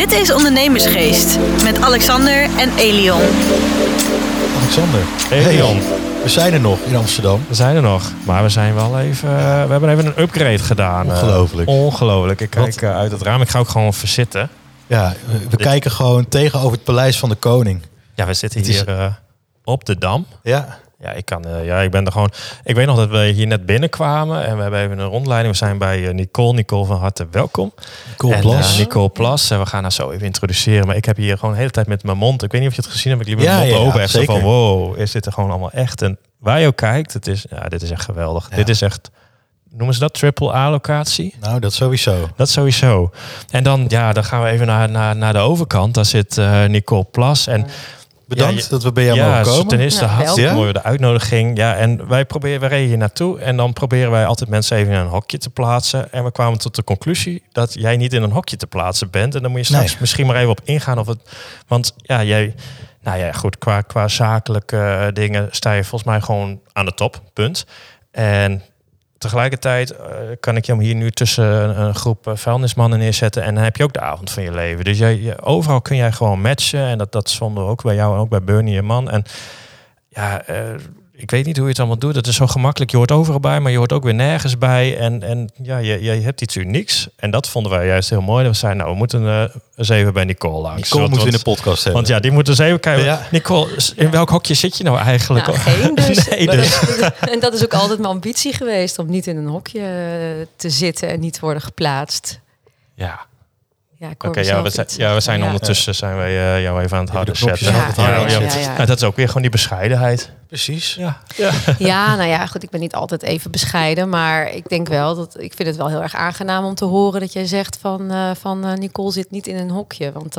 Dit is Ondernemersgeest met Alexander en Elion. Alexander, Elion. We zijn er nog in Amsterdam. We zijn er nog, maar we zijn wel even. We hebben even een upgrade gedaan. Ongelooflijk. Ik kijk uit het raam. Ik ga ook gewoon verzitten. Ja, we kijken gewoon tegenover het paleis van de koning. Ja, we zitten hier op de Dam. Ja. Ja, ik ben er gewoon. Ik weet nog dat we hier net binnenkwamen en we hebben even een rondleiding. We zijn bij Nicole. Nicole, van harte welkom. Nicole Plas. Nicole Plas. En we gaan haar zo even introduceren. Maar ik heb hier gewoon de hele tijd met mijn mond. Ik weet niet of je het gezien hebt. Ik liep met mijn mond open. Echt zeker. van wow, is dit er gewoon allemaal echt? En waar je ook kijkt, dit is echt geweldig. Ja. Dit is echt. Noemen ze dat triple A-locatie? Nou, dat sowieso. Dat sowieso. En dan gaan we even naar de overkant. Daar zit Nicole Plas. En bedankt dat we bij jou mogen komen. Ten eerste hartstikke mooi de uitnodiging. Ja, en we reden hier naartoe. En dan proberen wij altijd mensen even in een hokje te plaatsen. En we kwamen tot de conclusie dat jij niet in een hokje te plaatsen bent. En dan moet je straks misschien maar even op ingaan. Want jij... Nou ja, goed, qua zakelijke dingen sta je volgens mij gewoon aan de top, punt. En tegelijkertijd kan ik je hier nu tussen een groep vuilnismannen neerzetten. En dan heb je ook de avond van je leven. Dus overal kun jij gewoon matchen. En dat vonden we ook bij jou en ook bij Bernie en man. En ja, ik weet niet hoe je het allemaal doet. Het is zo gemakkelijk. Je hoort overal bij, maar je hoort ook weer nergens bij. En ja, je hebt iets unieks. En dat vonden wij juist heel mooi. We zeiden, we moeten eens even bij Nicole langs. Nicole moeten we in de podcast hebben. Want ja, die moeten eens even kijken. Ja. Nicole, in welk hokje zit je nou eigenlijk? Nou, geen dus. Nee, dus. En dat is ook altijd mijn ambitie geweest. Om niet in een hokje te zitten en niet te worden geplaatst. Ja. Ja, we zijn ondertussen zijn wij jou even aan het harde zetten. Ja. Dat is ook weer gewoon die bescheidenheid. Precies. Ja, nou ja, goed, ik ben niet altijd even bescheiden. Maar ik denk wel ik vind het wel heel erg aangenaam om te horen dat jij zegt van Nicole zit niet in een hokje. Want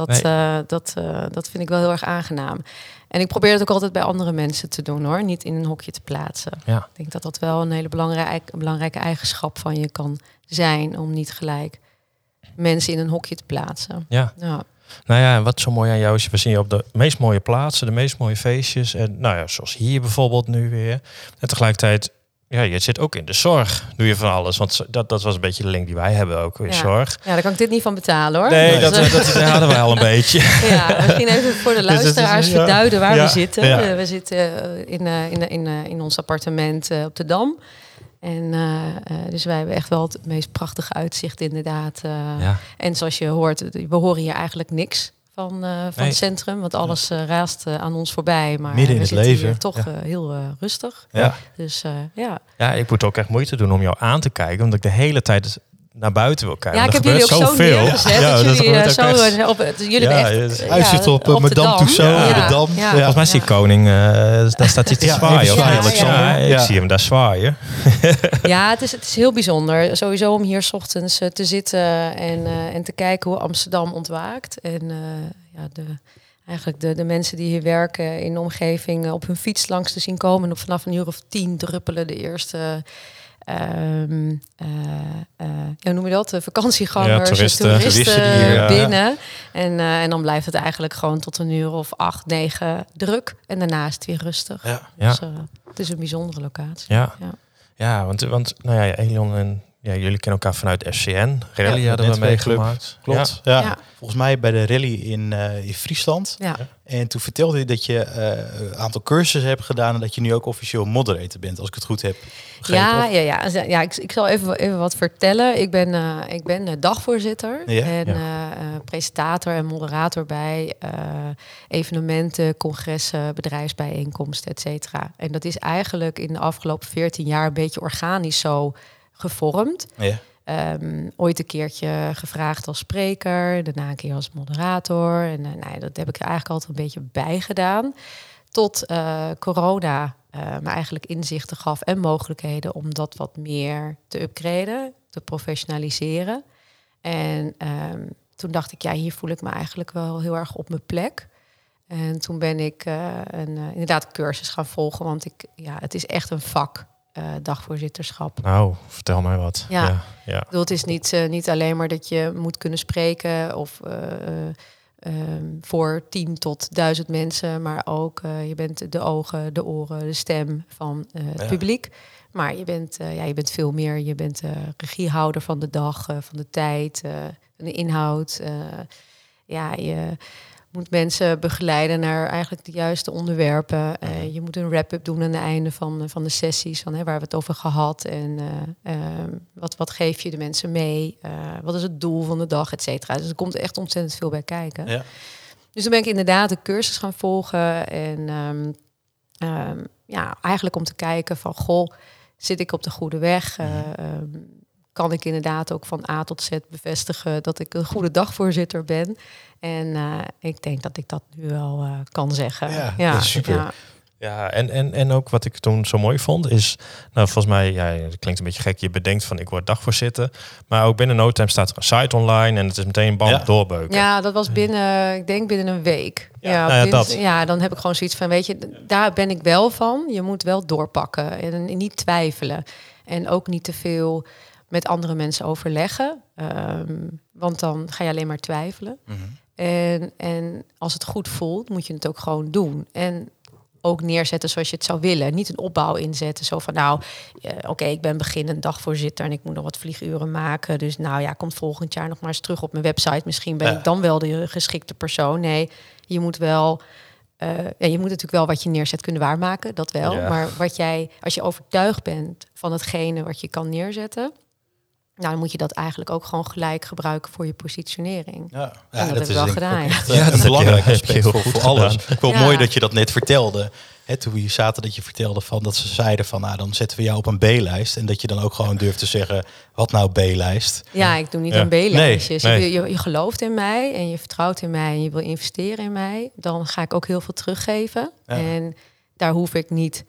dat vind ik wel heel erg aangenaam. En ik probeer het ook altijd bij andere mensen te doen hoor. Niet in een hokje te plaatsen. Ja. Ik denk dat dat wel een hele belangrijke eigenschap van je kan zijn. Om niet gelijk mensen in een hokje te plaatsen. Ja. Nou ja, wat zo mooi aan jou is, we zien je op de meest mooie plaatsen, de meest mooie feestjes. En nou ja, zoals hier bijvoorbeeld nu weer. En tegelijkertijd, ja, je zit ook in de zorg, doe je van alles. Want dat was een beetje de link die wij hebben ook in zorg. Ja, daar kan ik dit niet van betalen hoor. Nee, dat hadden wij al een beetje. Ja, misschien even voor de luisteraars verduiden waar we zitten. Ja. We zitten in ons appartement op de Dam. En dus wij hebben echt wel het meest prachtige uitzicht inderdaad. En zoals je hoort, we horen hier eigenlijk niks van het centrum. Want alles raast aan ons voorbij. Maar midden in het leven. Hier toch heel rustig. Ja. Dus Ja, ik moet ook echt moeite doen om jou aan te kijken. Omdat ik de hele tijd naar buiten wil kijken. Ja, ik heb jullie ook zo neergezet. Jullie hebben echt uitzicht op Madame Tussauds, de Dam. Ja. Volgens mij zie ik koning, daar staat hij te zwaaien. Ik zie hem daar zwaaien. Ja, het is heel bijzonder. Sowieso om hier 's ochtends te zitten en te kijken hoe Amsterdam ontwaakt. En eigenlijk de mensen die hier werken in de omgeving op hun fiets langs te zien komen. En vanaf een uur of 10 druppelen de eerste... hoe noem je dat? Vakantiegangers, toeristen die binnen. En dan blijft het eigenlijk gewoon tot een uur of 8, 9 druk. En daarna is het weer rustig. Dus, het is een bijzondere locatie. Ja, want nou ja, Elion en jullie kennen elkaar vanuit FCN. Rally hadden we meegemaakt. Klopt. Ja. Volgens mij bij de rally in Friesland. Ja. En toen vertelde je dat je een aantal cursussen hebt gedaan en dat je nu ook officieel moderator bent, als ik het goed heb begrepen. Ja. Ik zal even wat vertellen. Ik ben dagvoorzitter en presentator en moderator bij evenementen, congressen, bedrijfsbijeenkomsten, et cetera. En dat is eigenlijk in de afgelopen 14 jaar een beetje organisch zo gevormd. Ja. Ooit een keertje gevraagd als spreker, daarna een keer als moderator. En dat heb ik er eigenlijk altijd een beetje bij gedaan. Tot corona me eigenlijk inzichten gaf en mogelijkheden om dat wat meer te upgraden, te professionaliseren. En toen dacht ik, hier voel ik me eigenlijk wel heel erg op mijn plek. En toen ben ik inderdaad cursus gaan volgen, want het is echt een vak. Dagvoorzitterschap. Nou, vertel mij wat. Ja. Het is niet alleen maar dat je moet kunnen spreken of voor 10 tot 1000 mensen, maar ook je bent de ogen, de oren, de stem van het publiek. Maar je bent veel meer. Je bent regiehouder van de dag, van de tijd, van de inhoud. je moet mensen begeleiden naar eigenlijk de juiste onderwerpen. Je moet een wrap-up doen aan het einde van de sessies, waar we het over gehad. En wat geef je de mensen mee? Wat is het doel van de dag, et cetera. Dus er komt echt ontzettend veel bij kijken. Ja. Dus dan ben ik inderdaad de cursus gaan volgen. En eigenlijk om te kijken van, zit ik op de goede weg? Kan ik inderdaad ook van A tot Z bevestigen dat ik een goede dagvoorzitter ben? En ik denk dat ik dat nu wel kan zeggen. Ja, dat is super. Ja. Ja, en ook wat ik toen zo mooi vond is, volgens mij, het klinkt een beetje gek, je bedenkt van ik word dagvoorzitter, maar ook binnen no time staat er een site online en het is meteen doorbeuken. Ja, dat was binnen een week. Dan heb ik gewoon zoiets van, weet je, daar ben ik wel van. Je moet wel doorpakken en niet twijfelen. En ook niet te veel met andere mensen overleggen, want dan ga je alleen maar twijfelen. Mm-hmm. En als het goed voelt, moet je het ook gewoon doen. En ook neerzetten zoals je het zou willen. Niet een opbouw inzetten. Zo van, ik ben beginnend dagvoorzitter en ik moet nog wat vlieguren maken. Dus komt volgend jaar nog maar eens terug op mijn website. Misschien ben ik dan wel de geschikte persoon. Nee, je moet wel... je moet natuurlijk wel wat je neerzet kunnen waarmaken. Dat wel. Ja. Maar als je overtuigd bent van hetgene wat je kan neerzetten, dan moet je dat eigenlijk ook gewoon gelijk gebruiken voor je positionering. Ja, en dat heb ik wel gedaan. Dat is een belangrijk aspect voor alles. Ik vond mooi dat je dat net vertelde. Toen we hier zaten, dat je vertelde van dat ze zeiden van, dan zetten we jou op een B-lijst. En dat je dan ook gewoon durft te zeggen, wat nou B-lijst? Ja, ik doe niet aan B-lijstjes. Nee. Je gelooft in mij en je vertrouwt in mij en je wil investeren in mij. Dan ga ik ook heel veel teruggeven. Ja. En daar hoef ik niet...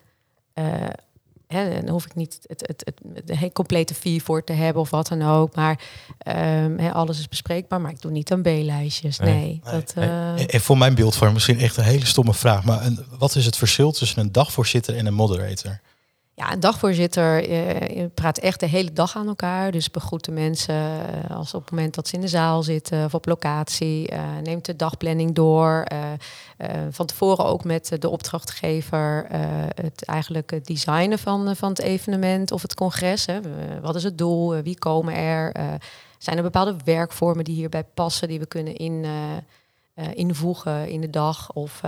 dan hoef ik niet de complete fee voor te hebben of wat dan ook. Maar alles is bespreekbaar. Maar ik doe niet aan B-lijstjes. Nee. En voor mijn beeldvorming misschien echt een hele stomme vraag. Maar wat is het verschil tussen een dagvoorzitter en een moderator? Ja, een dagvoorzitter je praat echt de hele dag aan elkaar. Dus begroet de mensen als op het moment dat ze in de zaal zitten of op locatie. Neemt de dagplanning door. Van tevoren ook met de opdrachtgever het designen van het evenement of het congres. Wat is het doel? Wie komen er? Zijn er bepaalde werkvormen die hierbij passen, die we kunnen invoegen in de dag? Of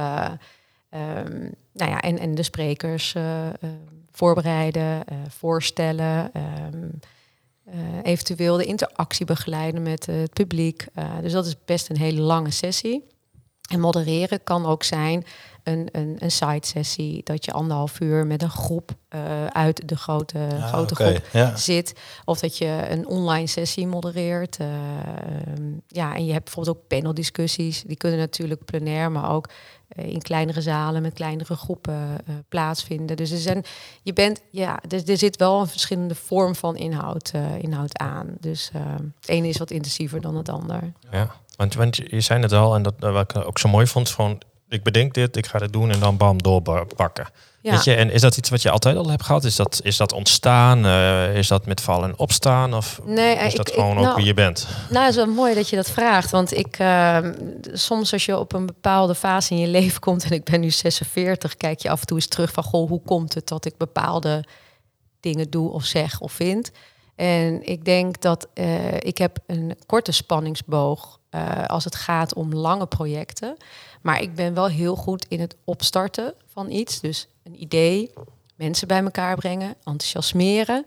en de sprekers voorbereiden, voorstellen, eventueel de interactie begeleiden met het publiek. Dus dat is best een hele lange sessie. En modereren kan ook zijn een side-sessie, dat je 1,5 uur met een groep uit de grote groep zit. Of dat je een online sessie modereert. En je hebt bijvoorbeeld ook paneldiscussies. Die kunnen natuurlijk plenair, maar ook in kleinere zalen met kleinere groepen plaatsvinden. Dus er zit wel een verschillende vorm van inhoud aan. Dus het ene is wat intensiever dan het ander. Ja, want je zei het al, en dat wat ik ook zo mooi vond, van ik bedenk dit, ik ga dit doen en dan bam, doorpakken. Ja. Weet je, en is dat iets wat je altijd al hebt gehad? Is dat ontstaan? Is dat met vallen en opstaan? Of is dat gewoon wie je bent? Nou, het is wel mooi dat je dat vraagt. Want soms als je op een bepaalde fase in je leven komt, en ik ben nu 46, kijk je af en toe eens terug van, hoe komt het dat ik bepaalde dingen doe of zeg of vind? En ik denk dat ik heb een korte spanningsboog als het gaat om lange projecten. Maar ik ben wel heel goed in het opstarten van iets. Dus een idee, mensen bij elkaar brengen, enthousiasmeren.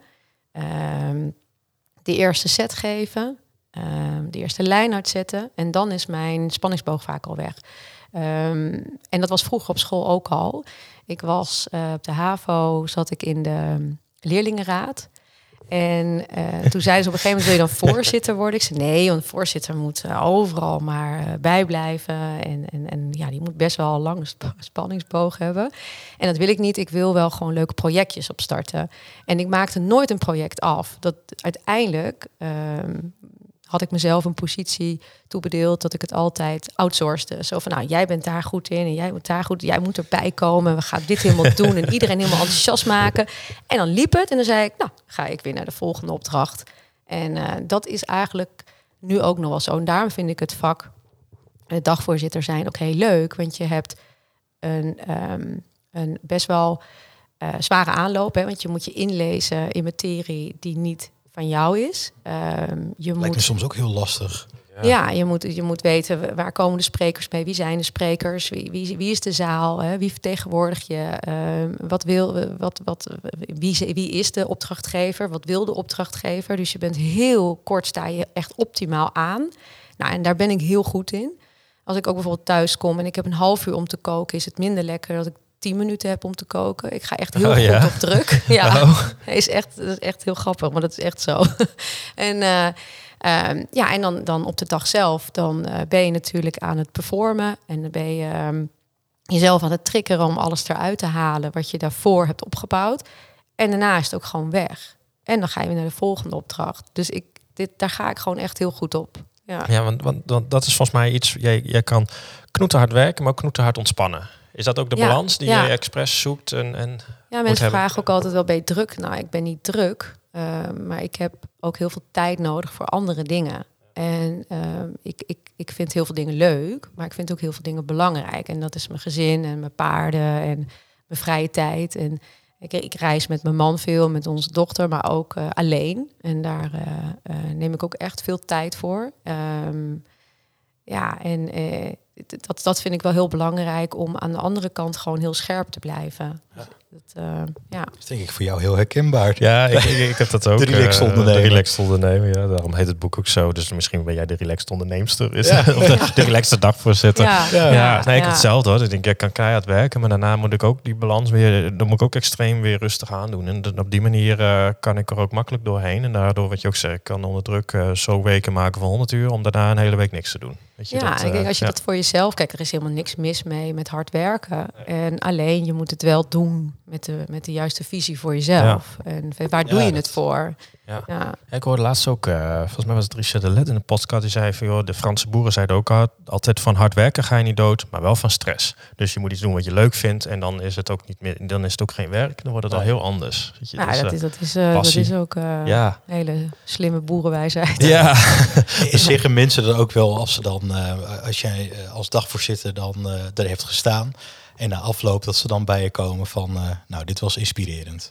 De eerste set geven, de eerste lijn uitzetten. En dan is mijn spanningsboog vaak al weg. En dat was vroeger op school ook al. Ik was op de HAVO, zat ik in de leerlingenraad. En toen zeiden ze op een gegeven moment, wil je dan voorzitter worden? Ik zei nee, want voorzitter moet overal maar bijblijven. En die moet best wel een lange spanningsboog hebben. En dat wil ik niet. Ik wil wel gewoon leuke projectjes opstarten. En ik maakte nooit een project af. Dat uiteindelijk had ik mezelf een positie toebedeeld dat ik het altijd outsourcede. Zo van, jij bent daar goed in en jij moet daar goed, jij moet erbij komen. We gaan dit helemaal doen en iedereen helemaal enthousiast maken. En dan liep het en dan zei ik, ga ik weer naar de volgende opdracht. En dat is eigenlijk nu ook nog wel zo. En daarom vind ik het vak dagvoorzitter zijn ook heel leuk. Want je hebt een best wel zware aanloop. Want je moet je inlezen in materie die niet van jou is. Lijkt me soms ook heel lastig. Ja, je moet weten waar komen de sprekers mee, wie zijn de sprekers, wie is de zaal, hè? Wie vertegenwoordig je, wie is de opdrachtgever, wat wil de opdrachtgever. Dus je bent heel kort, sta je echt optimaal aan. Nou, en daar ben ik heel goed in. Als ik ook bijvoorbeeld thuis kom en ik heb een half uur om te koken, is het minder lekker dat ik 10 minuten heb om te koken. Ik ga echt heel goed op druk. Ja, dat is echt heel grappig, maar dat is echt zo. En dan op de dag zelf, dan ben je natuurlijk aan het performen. En dan ben je jezelf aan het triggeren om alles eruit te halen wat je daarvoor hebt opgebouwd. En daarna is het ook gewoon weg. En dan ga je weer naar de volgende opdracht. Dus daar ga ik gewoon echt heel goed op. Ja, want dat is volgens mij iets, jij kan knoeterhard werken, maar ook knoeterhard ontspannen. Is dat ook de balans die je expres zoekt? En mensen vragen ook altijd wel, ben je druk? Nou, ik ben niet druk. Maar ik heb ook heel veel tijd nodig voor andere dingen. En ik vind heel veel dingen leuk, maar ik vind ook heel veel dingen belangrijk. En dat is mijn gezin en mijn paarden en mijn vrije tijd. En ik reis met mijn man veel, met onze dochter, maar ook alleen. En daar neem ik ook echt veel tijd voor. Dat vind ik wel heel belangrijk om aan de andere kant gewoon heel scherp te blijven. Dat is denk ik voor jou heel herkenbaar. Ja, ik heb dat ook. De relaxed ondernemer. De relaxed ondernemer, ja. Daarom heet het boek ook zo. Dus misschien ben jij de relaxed onderneemster. Of de relaxed dagvoorzitter. Ik hetzelfde hoor. Ik denk, ik kan keihard werken, maar daarna moet ik ook die balans weer, dan moet ik ook extreem weer rustig aan doen. En op die manier kan ik er ook makkelijk doorheen. En daardoor, wat je ook zegt, ik kan onder druk zo weken maken van 100 uur, om daarna een hele week niks te doen. Weet je, ik denk als je dat voor jezelf, kijk, er is helemaal niks mis mee met hard werken. En alleen je moet het wel doen met de juiste visie voor jezelf. Ja. En waar doe je het voor? Ja. Ik hoorde laatst ook, volgens mij was het Richard de Let in de podcast, die zei van, joh, de Franse boeren zeiden ook altijd van hard werken ga je niet dood, maar wel van stress. Dus je moet iets doen wat je leuk vindt en dan is het ook niet meer, dan is het ook geen werk, dan wordt het al heel anders. Weet je? Dat is ook een hele slimme boerenwijsheid. Ja. Zeggen mensen dan ook wel, als ze dan, als jij als dagvoorzitter dan er heeft gestaan en na afloop dat ze dan bij je komen van, dit was inspirerend.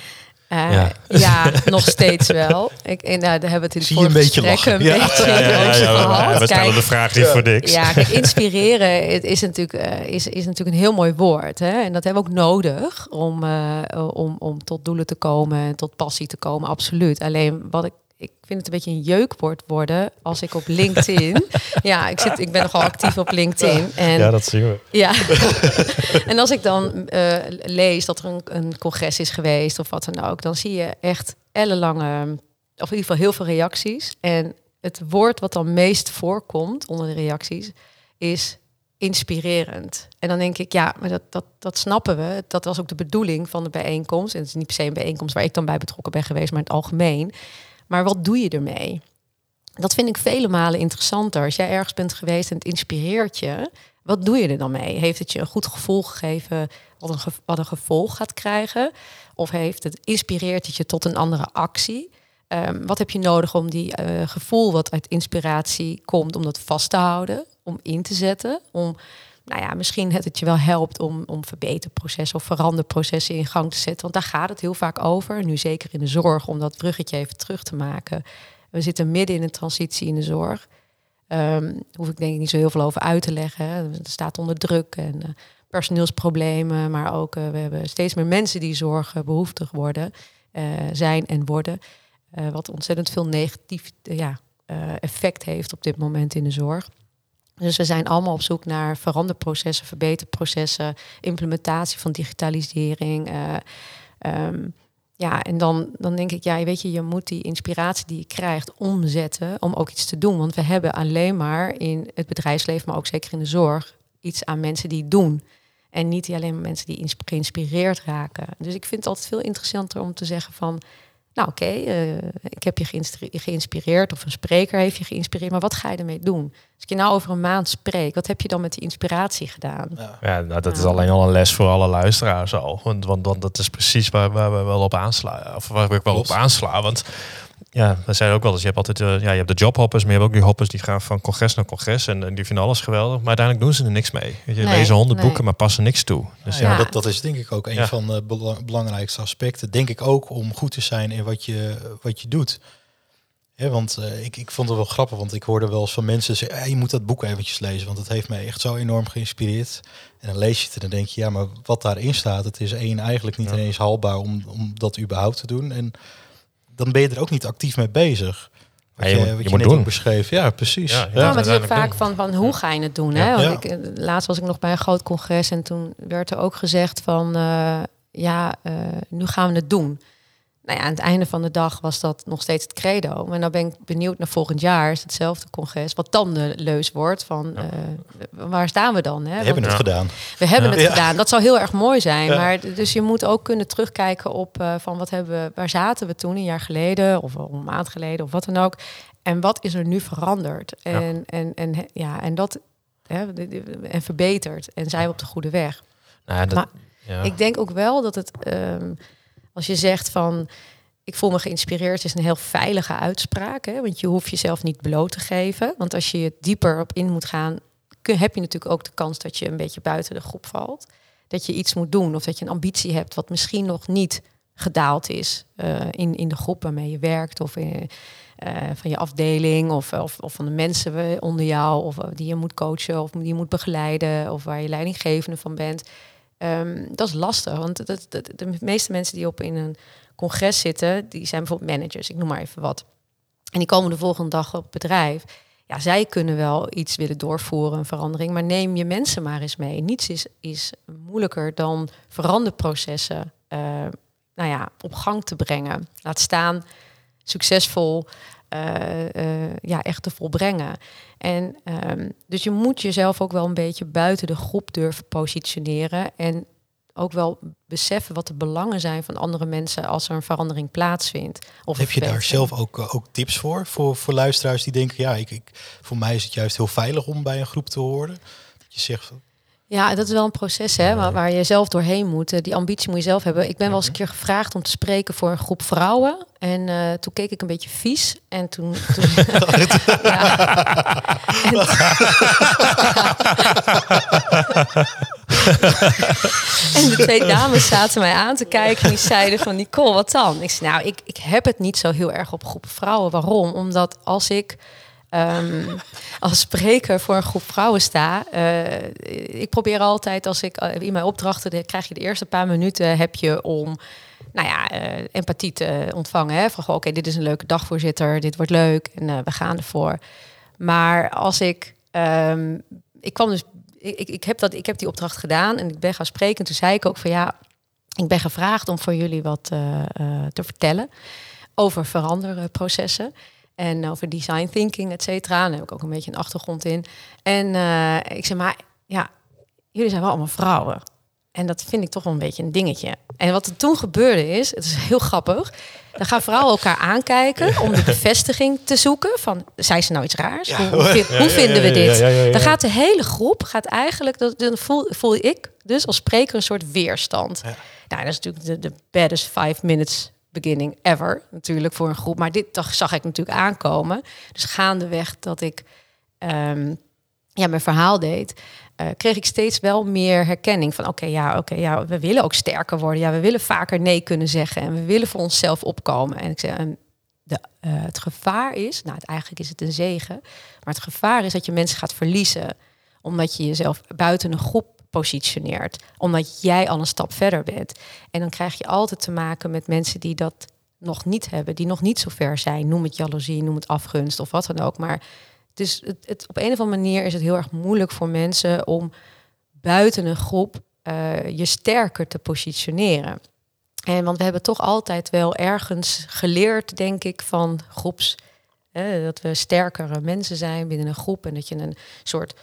Nog steeds wel. Daar hebben we het in het vorige gesprek een beetje gehad. We stellen de vraag niet voor niks. Ja, kijk, inspireren het is natuurlijk een heel mooi woord. Hè? En dat hebben we ook nodig om tot doelen te komen en tot passie te komen, absoluut. Alleen ik vind het een beetje een jeukwoord worden als ik op LinkedIn... ik ben nogal actief op LinkedIn. En, dat zien we. Ja. En als ik dan lees dat er een congres is geweest of wat dan ook, dan zie je echt ellenlange, of in ieder geval heel veel reacties. En het woord wat dan meest voorkomt onder de reacties is inspirerend. En dan denk ik, maar dat snappen we. Dat was ook de bedoeling van de bijeenkomst. En het is niet per se een bijeenkomst waar ik dan bij betrokken ben geweest, maar in het algemeen. Maar wat doe je ermee? Dat vind ik vele malen interessanter. Als jij ergens bent geweest en het inspireert je, wat doe je er dan mee? Heeft het je een goed gevoel gegeven wat een gevolg gaat krijgen? Of inspireert het je tot een andere actie? Wat heb je nodig om die gevoel wat uit inspiratie komt, om dat vast te houden, om in te zetten? Misschien het je wel helpt om verbeterprocessen of veranderprocessen in gang te zetten. Want daar gaat het heel vaak over. Nu zeker in de zorg, om dat bruggetje even terug te maken. We zitten midden in een transitie in de zorg. Hoef ik denk ik niet zo heel veel over uit te leggen. Hè. Het staat onder druk en personeelsproblemen. Maar ook we hebben steeds meer mensen die zorgbehoeftig zijn en worden. Wat ontzettend veel negatief effect heeft op dit moment in de zorg. Dus we zijn allemaal op zoek naar veranderprocessen, verbeterprocessen, implementatie van digitalisering. En dan denk ik, je moet die inspiratie die je krijgt omzetten om ook iets te doen. Want we hebben alleen maar in het bedrijfsleven, maar ook zeker in de zorg, iets aan mensen die het doen. En niet alleen maar mensen die geïnspireerd raken. Dus ik vind het altijd veel interessanter om te zeggen van, ik heb je geïnspireerd of een spreker heeft je geïnspireerd, maar wat ga je ermee doen? Als ik je nou over een maand spreek, wat heb je dan met die inspiratie gedaan? Dat is alleen al een les voor alle luisteraars al. Want dat is precies waar we wel op aanslaan. Of waar ik wel op aansla. Want we zeiden ook wel eens, je hebt altijd je hebt de jobhoppers, maar je hebt ook die hoppers die gaan van congres naar congres en die vinden alles geweldig. Maar uiteindelijk doen ze er niks mee. Je lezen 100 boeken, maar passen niks toe. Dus dat is denk ik ook een van de belangrijkste aspecten. Denk ik ook om goed te zijn in wat je doet. Want ik vond het wel grappig, want ik hoorde wel eens van mensen zeggen, je moet dat boek eventjes lezen, want het heeft mij echt zo enorm geïnspireerd. En dan lees je het en dan denk je, ja, maar wat daarin staat, het is eigenlijk niet eens haalbaar om dat überhaupt te doen. En dan ben je er ook niet actief mee bezig. Wat je net doen. Ook beschreef. Ja, precies. Ja, maar het is ook vaak van hoe ga je het doen? Hè? Want laatst was ik nog bij een groot congres en toen werd er ook gezegd van nu gaan we het doen. Nou ja, aan het einde van de dag was dat nog steeds het credo. Maar nou ben ik benieuwd naar volgend jaar, is hetzelfde congres, wat dan de leus wordt van waar staan we dan? Hè? We hebben het gedaan. We hebben het gedaan. Dat zou heel erg mooi zijn. Ja. Maar dus je moet ook kunnen terugkijken op van waar zaten we toen een jaar geleden of een maand geleden of wat dan ook. En wat is er nu veranderd? En dat en verbeterd. En zijn we op de goede weg? Maar ik denk ook wel dat het als je zegt van ik voel me geïnspireerd, is een heel veilige uitspraak. Hè? Want je hoeft jezelf niet bloot te geven. Want als je dieper op in moet gaan, heb je natuurlijk ook de kans dat je een beetje buiten de groep valt. Dat je iets moet doen of dat je een ambitie hebt wat misschien nog niet gedaald is in de groep waarmee je werkt of van je afdeling of van de mensen onder jou of die je moet coachen of die je moet begeleiden of waar je leidinggevende van bent. Dat is lastig, want de meeste mensen die in een congres zitten, die zijn bijvoorbeeld managers, ik noem maar even wat. En die komen de volgende dag op het bedrijf. Ja, zij kunnen wel iets willen doorvoeren, een verandering, maar neem je mensen maar eens mee. Niets is moeilijker dan veranderprocessen op gang te brengen. Laat staan succesvol echt te volbrengen. En dus je moet jezelf ook wel een beetje buiten de groep durven positioneren en ook wel beseffen wat de belangen zijn van andere mensen als er een verandering plaatsvindt. Of heb je daar zelf ook tips voor luisteraars die denken, voor mij is het juist heel veilig om bij een groep te horen? Dat je zegt ja, dat is wel een proces waar je zelf doorheen moet. Die ambitie moet je zelf hebben. Ik ben wel eens een keer gevraagd om te spreken voor een groep vrouwen. En toen keek ik een beetje vies. En toen En de twee dames zaten mij aan te kijken en die zeiden van Nicole, wat dan? Ik zei, ik heb het niet zo heel erg op groep vrouwen. Waarom? Omdat als ik als spreker voor een groep vrouwen sta. Ik probeer altijd, als ik in mijn opdrachten, krijg je de eerste paar minuten, heb je om empathie te ontvangen. Hè? Van, oké, dit is een leuke dag, voorzitter, dit wordt leuk en we gaan ervoor. Maar als ik kwam dus, ik heb die opdracht gedaan en ik ben gaan spreken. En toen zei ik ook van ik ben gevraagd om voor jullie wat te vertellen over veranderprocessen. En over design thinking, et cetera. Daar heb ik ook een beetje een achtergrond in. En ik zei, maar jullie zijn wel allemaal vrouwen. En dat vind ik toch wel een beetje een dingetje. En wat er toen gebeurde is, het is heel grappig. Dan gaan vrouwen elkaar aankijken om de bevestiging te zoeken. Van, zei ze nou iets raars? Ja. Hoe vinden we dit? Ja. Dan gaat de hele groep, eigenlijk, dan voel ik dus als spreker een soort weerstand. Ja. Nou, dat is natuurlijk de baddest 5 minutes beginning ever, natuurlijk, voor een groep. Maar dit zag ik natuurlijk aankomen. Dus gaandeweg dat ik mijn verhaal deed, kreeg ik steeds wel meer herkenning van we willen ook sterker worden. Ja, we willen vaker nee kunnen zeggen en we willen voor onszelf opkomen. En ik zei, het gevaar is, eigenlijk is het een zegen, maar het gevaar is dat je mensen gaat verliezen, omdat je jezelf buiten een groep positioneert, omdat jij al een stap verder bent. En dan krijg je altijd te maken met mensen die dat nog niet hebben, die nog niet zo ver zijn. Noem het jaloezie, noem het afgunst of wat dan ook. Maar dus het op een of andere manier is het heel erg moeilijk voor mensen om buiten een groep je sterker te positioneren. Want we hebben toch altijd wel ergens geleerd, denk ik, van groeps, dat we sterkere mensen zijn binnen een groep en dat je een soort,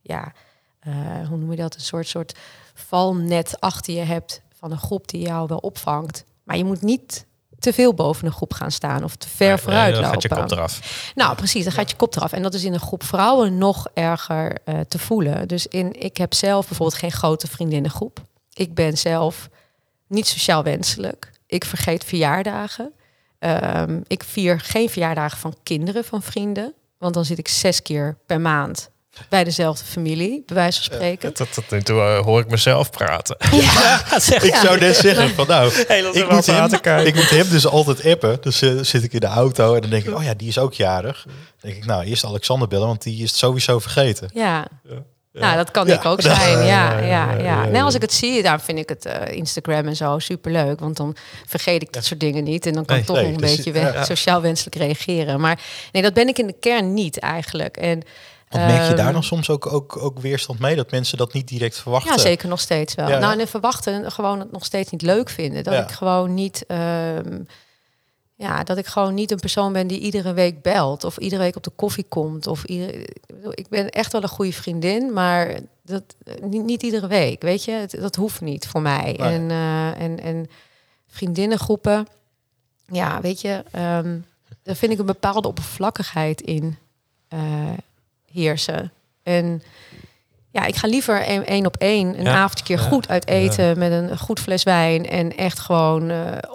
hoe noem je dat? Een soort valnet achter je hebt van een groep die jou wel opvangt. Maar je moet niet te veel boven een groep gaan staan of te ver vooruit lopen. Dan gaat je kop eraf. Nou, precies, dan gaat je kop eraf. En dat is in een groep vrouwen nog erger te voelen. Dus ik heb zelf bijvoorbeeld geen grote vriendinnengroep. Ik ben zelf niet sociaal wenselijk. Ik vergeet verjaardagen. Ik vier geen verjaardagen van kinderen van vrienden. Want dan zit ik 6 keer per maand bij dezelfde familie, bij wijze van spreken. Tot nu toe hoor ik mezelf praten. Ik zou net zeggen van ik moet hem dus altijd appen. Dus zit ik in de auto en dan denk ik, die is ook jarig. Dan denk ik, eerst Alexander bellen, want die is het sowieso vergeten. Ja. Nou, dat kan ik ook zijn. Ja. Nee, als ik het zie, dan vind ik het Instagram en zo superleuk. Want dan vergeet ik dat soort dingen niet. En dan kan ik toch nog een beetje sociaal wenselijk reageren. Maar nee, dat ben ik in de kern niet eigenlijk. En merk je daar nog soms ook weerstand mee? Dat mensen dat niet direct verwachten? Ja, zeker nog steeds wel. En verwachten gewoon het nog steeds niet leuk vinden. Dat ik gewoon niet... dat ik gewoon niet een persoon ben die iedere week belt of iedere week op de koffie komt. Ik ben echt wel een goede vriendin, maar dat niet iedere week, weet je. Dat hoeft niet voor mij. Nee. En vriendinnengroepen, weet je, daar vind ik een bepaalde oppervlakkigheid in heersen. En ik ga liever één op één een avondje goed uit eten met een goed fles wijn en echt gewoon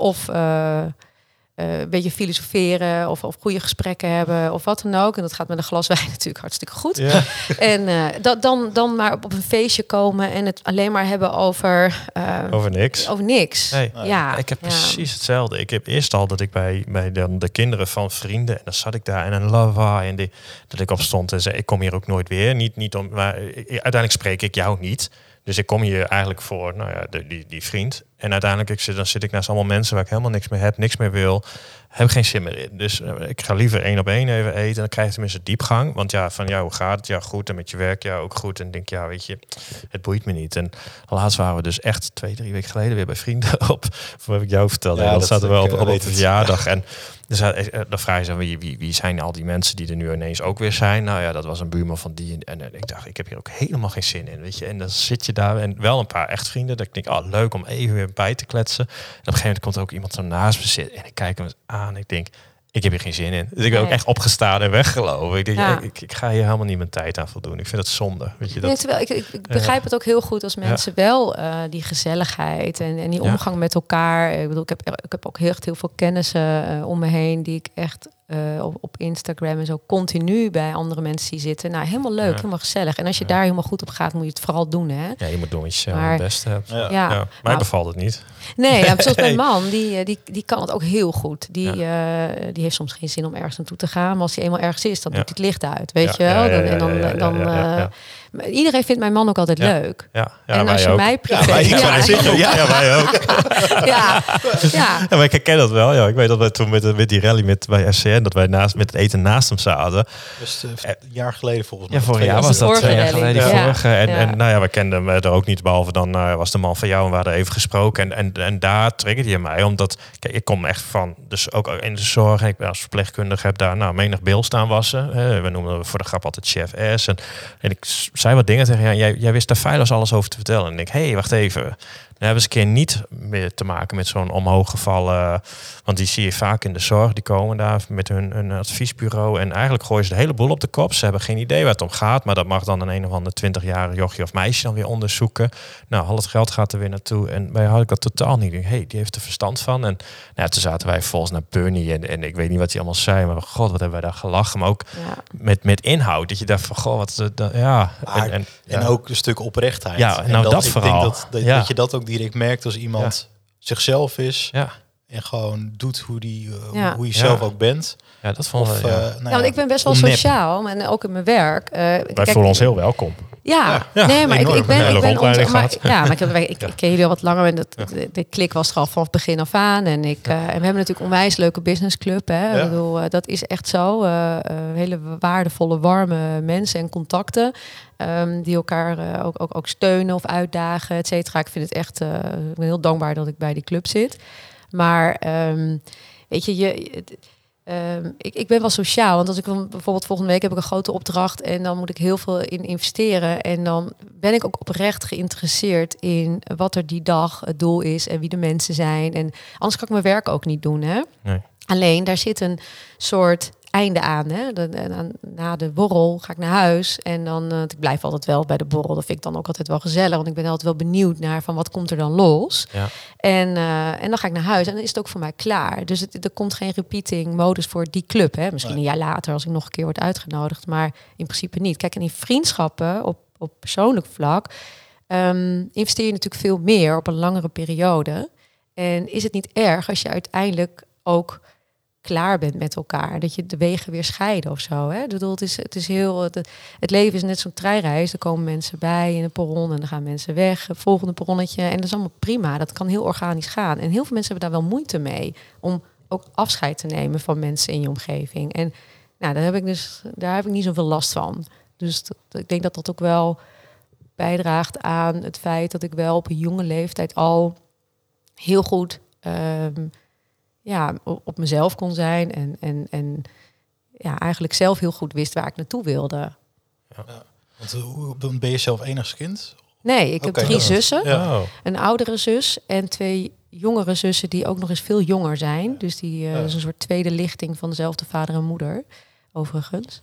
een beetje filosoferen of goede gesprekken hebben of wat dan ook. En dat gaat met een glas wijn natuurlijk hartstikke goed. Ja. En dan maar op een feestje komen en het alleen maar hebben over niks. Over niks. Nee. Ja. Ik heb precies hetzelfde. Ik heb eerst al dat ik bij de kinderen van vrienden en dan zat ik daar in een lawaai en dat ik opstond en zei, ik kom hier ook nooit weer. Niet om, maar uiteindelijk spreek ik jou niet. Dus ik kom hier eigenlijk voor die vriend. En uiteindelijk dan zit ik naast allemaal mensen waar ik helemaal niks meer heb, niks meer wil. Heb geen zin meer in. Dus ik ga liever 1 op 1 even eten. En dan krijg je tenminste diepgang. Want hoe gaat het? Ja, goed. En met je werk, ook goed. En denk, weet je, het boeit me niet. En laatst waren we dus echt 2-3 weken geleden weer bij vrienden op. Wat heb ik jou verteld? Ja, dat zaten we op een verjaardag. En dus dan vraag je ze, wie zijn al die mensen die er nu ineens ook weer zijn? Nou ja, dat was een buurman van die. En ik dacht, ik heb hier ook helemaal geen zin in, weet je. En dan zit je daar en wel een paar echt vrienden. Dat ik denk, leuk om even weer bij te kletsen. En op een gegeven moment komt er ook iemand zo naast me zitten. En ik kijk hem aan en ik denk, ik heb hier geen zin in. Dus ik ben ook echt opgestaan en weggelopen. Ik denk, ik ga hier helemaal niet mijn tijd aan voldoen. Ik vind het zonde. Weet je, dat... Terwijl ik begrijp het ook heel goed als mensen wel die gezelligheid en die omgang met elkaar. Ik bedoel, ik heb ook heel veel kennissen om me heen die ik echt op Instagram en zo continu bij andere mensen zie zitten. Nou, helemaal leuk, helemaal gezellig. En als je daar helemaal goed op gaat, moet je het vooral doen, hè? Ja, je moet doen wat je zelf het beste hebt. Mij bevalt het niet. Nee, zoals mijn man, die kan het ook heel goed. Die heeft soms geen zin om ergens naartoe te gaan. Maar als hij eenmaal ergens is, dan doet hij het licht uit, weet je wel? Iedereen vindt mijn man ook altijd leuk. En als je mij privé... wij ook. Maar ik herken dat wel. Ja, ik weet dat wij toen met die rally bij FCN, dat wij met het eten naast hem zaten. Dus een jaar geleden volgens mij. Ja, vorig jaar was dat 2 jaar geleden. Vorige. En we kenden hem er ook niet, behalve dan was de man van jou en we hadden even gesproken. En daar triggerde je mij, omdat ik kom echt van, dus ook in de zorg. En ik ben als verpleegkundige, heb daar menig bil staan wassen. We noemen voor de grap altijd chef S. En ik zei wat dingen tegen jij wist daar feilloos alles over te vertellen. En ik denk, wacht even. Dan hebben ze een keer niet meer te maken met zo'n omhooggevallen... Want die zie je vaak in de zorg. Die komen daar met hun adviesbureau. En eigenlijk gooien ze de hele boel op de kop. Ze hebben geen idee waar het om gaat. Maar dat mag dan een of ander 20-jarig jochie of meisje dan weer onderzoeken. Nou, al het geld gaat er weer naartoe. En bij had ik dat totaal niet. Ik denk, die heeft er verstand van. En toen zaten wij volgens naar Bernie. En ik weet niet wat hij allemaal zei. Maar god, wat hebben wij daar gelachen. Maar ook met inhoud. Dat je dacht van, goh, wat... En ook een stuk oprechtheid. Ja, en dat verhaal. Ik denk dat je dat ook direct merkt als iemand zichzelf is... En gewoon doet hoe je zelf ook bent. Ja, dat vond ik. Want ik ben best wel sociaal. En ook in mijn werk. Wij voelen ons heel welkom. Nee, maar ik ken jullie al wat langer. En de klik was er al vanaf het begin af aan. En we hebben natuurlijk een onwijs leuke businessclub. Hè. Ik bedoel, dat is echt zo. Hele waardevolle, warme mensen en contacten. Die elkaar ook steunen of uitdagen, et cetera. Ik vind het echt... ik ben heel dankbaar dat ik bij die club zit. Maar weet je... ik ben wel sociaal. Want als ik bijvoorbeeld volgende week heb ik een grote opdracht... en dan moet ik heel veel in investeren. En dan ben ik ook oprecht geïnteresseerd in wat er die dag het doel is... en wie de mensen zijn. En anders kan ik mijn werk ook niet doen, hè? Nee. Alleen, daar zit een soort einde aan. Hè? Na de borrel ga ik naar huis. En dan, ik blijf altijd wel bij de borrel. Dat vind ik dan ook altijd wel gezellig. Want ik ben altijd wel benieuwd naar van wat komt er dan los. Ja. En dan ga ik naar huis. En dan is het ook voor mij klaar. Dus er komt geen repeating modus voor die club. Hè? Misschien een jaar later als ik nog een keer word uitgenodigd. Maar in principe niet. Kijk, en in vriendschappen op persoonlijk vlak investeer je natuurlijk veel meer op een langere periode. En is het niet erg als je uiteindelijk ook klaar bent met elkaar, dat je de wegen weer scheiden of zo. Hè? Ik bedoel, het leven is net zo'n treinreis. Er komen mensen bij in een perron en dan gaan mensen weg. Het volgende perronnetje. En dat is allemaal prima. Dat kan heel organisch gaan. En heel veel mensen hebben daar wel moeite mee om ook afscheid te nemen van mensen in je omgeving. En nou, daar heb ik niet zoveel last van. Dus ik denk dat dat ook wel bijdraagt aan het feit dat ik wel op een jonge leeftijd al heel goed op mezelf kon zijn en eigenlijk zelf heel goed wist waar ik naartoe wilde. Ja. Want ben je zelf enigskind? Nee, ik heb 3 zussen. Ja. Een oudere zus en 2 jongere zussen die ook nog eens veel jonger zijn. Dus die is een soort tweede lichting van dezelfde vader en moeder, overigens.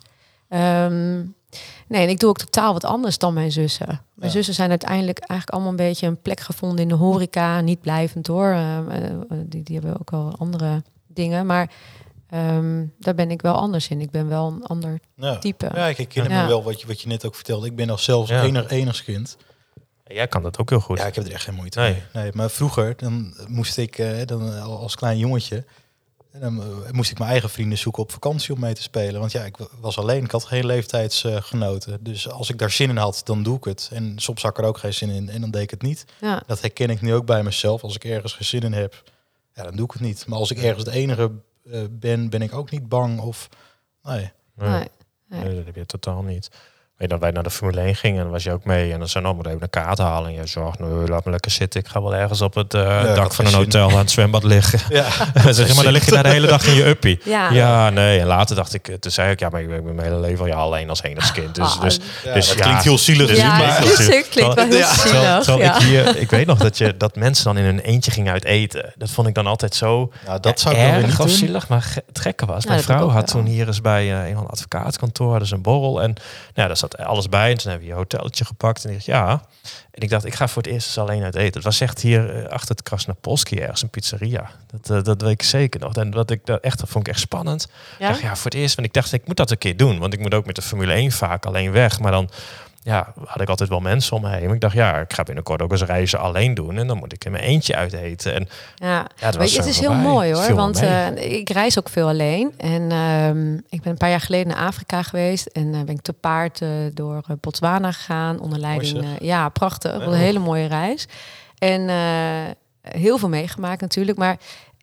Nee, en ik doe ook totaal wat anders dan mijn zussen. Mijn zussen zijn eigenlijk allemaal een beetje een plek gevonden in de horeca. Niet blijvend hoor. Die hebben ook wel andere dingen. Maar daar ben ik wel anders in. Ik ben wel een ander type. Ja, ik herken me wel wat je net ook vertelde. Ik ben al zelfs enigskind. Jij kan dat ook heel goed. Ja, ik heb er echt geen moeite mee. Nee, maar vroeger dan moest ik als klein jongetje... En dan moest ik mijn eigen vrienden zoeken op vakantie om mee te spelen. Want ik was alleen, ik had geen leeftijdsgenoten. Dus als ik daar zin in had, dan doe ik het. En soms had ik er ook geen zin in en dan deed ik het niet. Ja. Dat herken ik nu ook bij mezelf. Als ik ergens geen zin in heb, dan doe ik het niet. Maar als ik ergens de enige ben ik ook niet bang of... Nee, dat heb je totaal niet. Weet je, dat wij naar de Formule 1 gingen, en was je ook mee. En dan zei, moet even een kaart halen. En je zegt, laat me lekker zitten. Ik ga wel ergens op het dak van een hotel aan het zwembad liggen. Ja. Zeg maar, dan lig je daar de hele dag in je uppie. Ja, nee. En later dacht ik, toen zei ik, maar ik ben mijn hele leven al alleen als enigskind. Dus dat klinkt heel zielig. Klinkt wel heel zielig. Ik weet nog dat mensen dan in hun eentje gingen uit eten. Dat vond ik dan altijd zo dat zou ik erg of zielig. Maar het gekke was, mijn vrouw had toen hier eens bij een advocaatkantoor, dus een borrel. En daar zat alles bij. En toen hebben we een hotelletje gepakt. En ik dacht, En ik dacht, ik ga voor het eerst eens alleen uit eten. Het was echt hier achter het Krasnapolski ergens een pizzeria. Dat weet ik zeker nog. En dat vond ik echt spannend. Ja? Ik dacht, voor het eerst. Want ik dacht, ik moet dat een keer doen. Want ik moet ook met de Formule 1 vaak alleen weg. Maar dan had ik altijd wel mensen om me heen. Maar ik dacht, ik ga binnenkort ook eens reizen alleen doen. En dan moet ik in mijn eentje uit eten. En het is heel mooi hoor. Want ik reis ook veel alleen. En ik ben een paar jaar geleden naar Afrika geweest. En ben ik te paard door Botswana gegaan. Onder leiding. Prachtig. Een hele mooie reis. En heel veel meegemaakt natuurlijk. Maar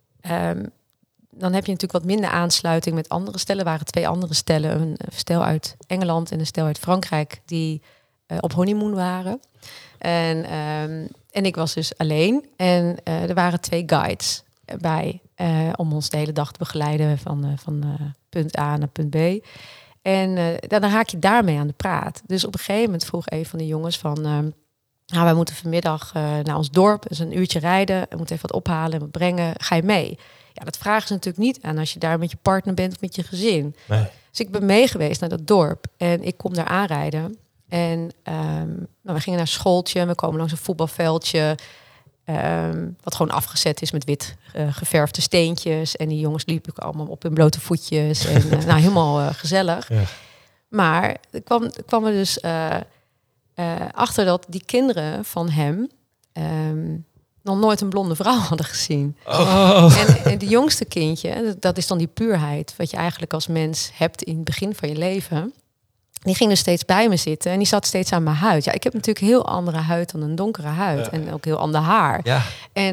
dan heb je natuurlijk wat minder aansluiting met andere stellen. Er waren 2 andere stellen. Een stel uit Engeland en een stel uit Frankrijk die op honeymoon waren. En ik was dus alleen. En er waren 2 guides bij om ons de hele dag te begeleiden van punt A naar punt B. En dan raak je daarmee aan de praat. Dus op een gegeven moment vroeg een van de jongens van... wij moeten vanmiddag naar ons dorp. Dus een uurtje rijden. We moeten even wat ophalen en wat brengen. Ga je mee? Ja, dat vragen ze natuurlijk niet aan als je daar met je partner bent of met je gezin. Nee. Dus ik ben mee geweest naar dat dorp. En ik kom daar aanrijden. En we gingen naar schooltje. We komen langs een voetbalveldje. Wat gewoon afgezet is met wit geverfde steentjes. En die jongens liepen allemaal op hun blote voetjes. En helemaal gezellig. Ja. Maar ik kwam er dus achter dat die kinderen van hem... nog nooit een blonde vrouw hadden gezien. En die jongste kindje, dat is dan die puurheid... wat je eigenlijk als mens hebt in het begin van je leven... die ging dus steeds bij me zitten en die zat steeds aan mijn huid. Ja, ik heb natuurlijk heel andere huid dan een donkere huid... en ook heel ander haar. Ja.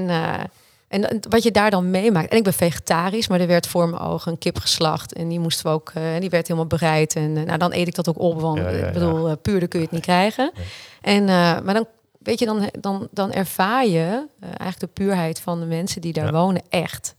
En wat je daar dan meemaakt... en ik ben vegetarisch, maar er werd voor mijn ogen een kip geslacht... en die moesten we ook, die werd helemaal bereid. En dan eet ik dat ook op, want ik bedoel, puurder kun je het niet krijgen. En, maar dan... Weet je, dan ervaar je eigenlijk de puurheid van de mensen die daar wonen echt.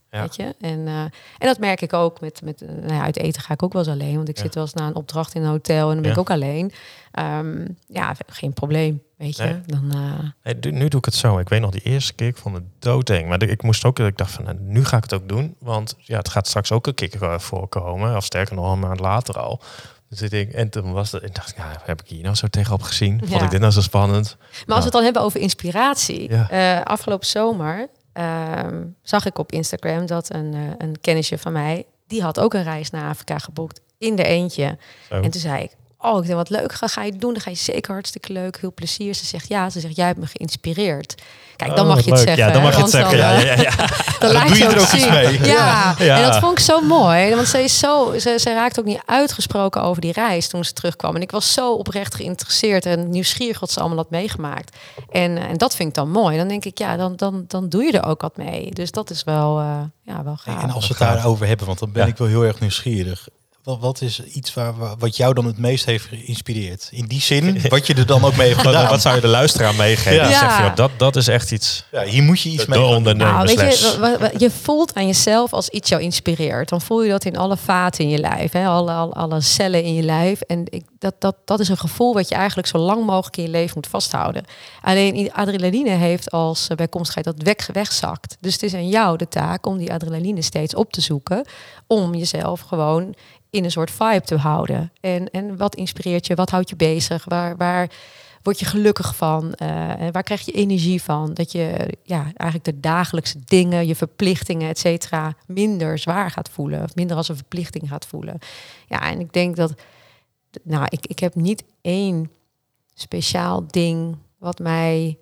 Weet je? En dat merk ik ook met uit eten ga ik ook wel eens alleen. Want ik zit wel eens na een opdracht in een hotel en dan ben ik ook alleen. Geen probleem. Weet je? Nee. Nu doe ik het zo. Ik weet nog die eerste keer, ik vond het doodeng. Maar ik moest ook, ik dacht van, nu ga ik het ook doen. Want het gaat straks ook een keer voorkomen. Of sterker nog, een maand later al. Dus en toen was het, ik dacht, heb ik hier nou zo tegenop gezien? Vond ik dit nou zo spannend? Maar als we het dan hebben over inspiratie. Afgelopen zomer zag ik op Instagram dat een kennisje van mij, die had ook een reis naar Afrika geboekt in de eentje. Zo. En toen zei ik, ik denk wat leuk, ga je doen? Dan ga je zeker hartstikke leuk, heel plezier. Ze zegt, jij hebt me geïnspireerd. Kijk, dan mag je het zeggen. Ja, dan mag je het zeggen. Dan laat doe je het er ook iets mee. Ja. En dat vond ik zo mooi. Want ze raakte ook niet uitgesproken over die reis toen ze terugkwam. En ik was zo oprecht geïnteresseerd en nieuwsgierig wat ze allemaal had meegemaakt. En dat vind ik dan mooi. Dan denk ik, dan doe je er ook wat mee. Dus dat is wel gaaf. En als we het daarover hebben, want dan ben ik wel heel erg nieuwsgierig. Wat is iets wat jou dan het meest heeft geïnspireerd? In die zin, wat je er dan ook mee hebt gedaan. Wat zou je de luisteraar meegeven? Dat is echt iets. Ja, hier moet je iets mee ondernemen. Je voelt aan jezelf als iets jou inspireert. Dan voel je dat in alle vaten in je lijf. Hè? Alle cellen in je lijf. En dat is een gevoel wat je eigenlijk zo lang mogelijk in je leven moet vasthouden. Alleen adrenaline heeft als bijkomstigheid dat wegzakt. Dus het is aan jou de taak om die adrenaline steeds op te zoeken. Om jezelf gewoon in een soort vibe te houden. En wat inspireert je? Wat houdt je bezig? Waar word je gelukkig van? En waar krijg je energie van? Dat je eigenlijk de dagelijkse dingen, je verplichtingen, et cetera, minder zwaar gaat voelen. Of minder als een verplichting gaat voelen. Ja, en ik denk dat ik heb niet één speciaal ding wat mij.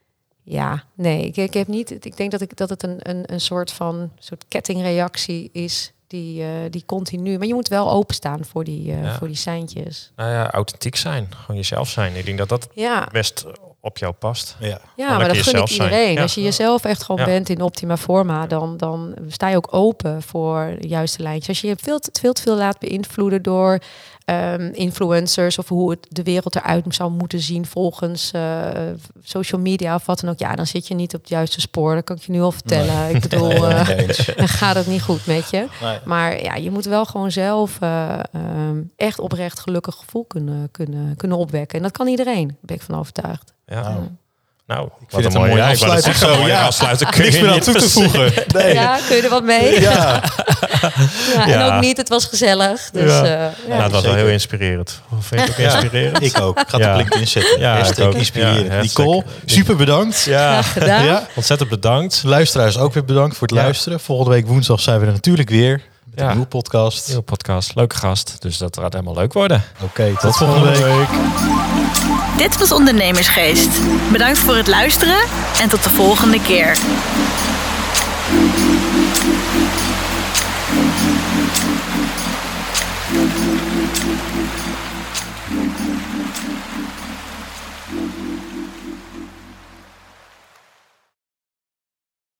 Ik heb niet. Ik denk dat het een soort kettingreactie is. Die continu. Maar je moet wel openstaan voor die seintjes. Authentiek zijn. Gewoon jezelf zijn. Ik denk dat best op jou past. Ja, maar dat gun ik iedereen. Als je jezelf echt gewoon bent in optima forma, dan sta je ook open voor de juiste lijntjes. Als je je veel te veel laat beïnvloeden door influencers of hoe het de wereld eruit zou moeten zien volgens social media of wat dan ook. Dan zit je niet op het juiste spoor. Dat kan ik je nu al vertellen. Nee. Ik bedoel, dan gaat het niet goed met je. Nee. Maar je moet wel gewoon zelf echt oprecht gelukkig gevoel kunnen opwekken. En dat kan iedereen, daar ben ik van overtuigd. Ja. Nou, ik vind het een mooie afsluiting. Niks meer aan toe te voegen. Nee. Ja, kun je er wat mee? Ja. En ook niet, het was gezellig. Dus, het was wel heel inspirerend. Vind je het ook inspirerend? Ik ook. Ik ga het op LinkedIn zetten. Hashtag inspirerend. Nicole, super bedankt. Graag gedaan. Ja. Ontzettend bedankt. Luisteraars ook weer bedankt voor het luisteren. Volgende week woensdag zijn we er natuurlijk weer. Met een nieuwe podcast. Nieuwe podcast. Leuke gast. Dus dat gaat helemaal leuk worden. Oké, tot volgende week. Dit was Ondernemersgeest. Bedankt voor het luisteren en tot de volgende keer.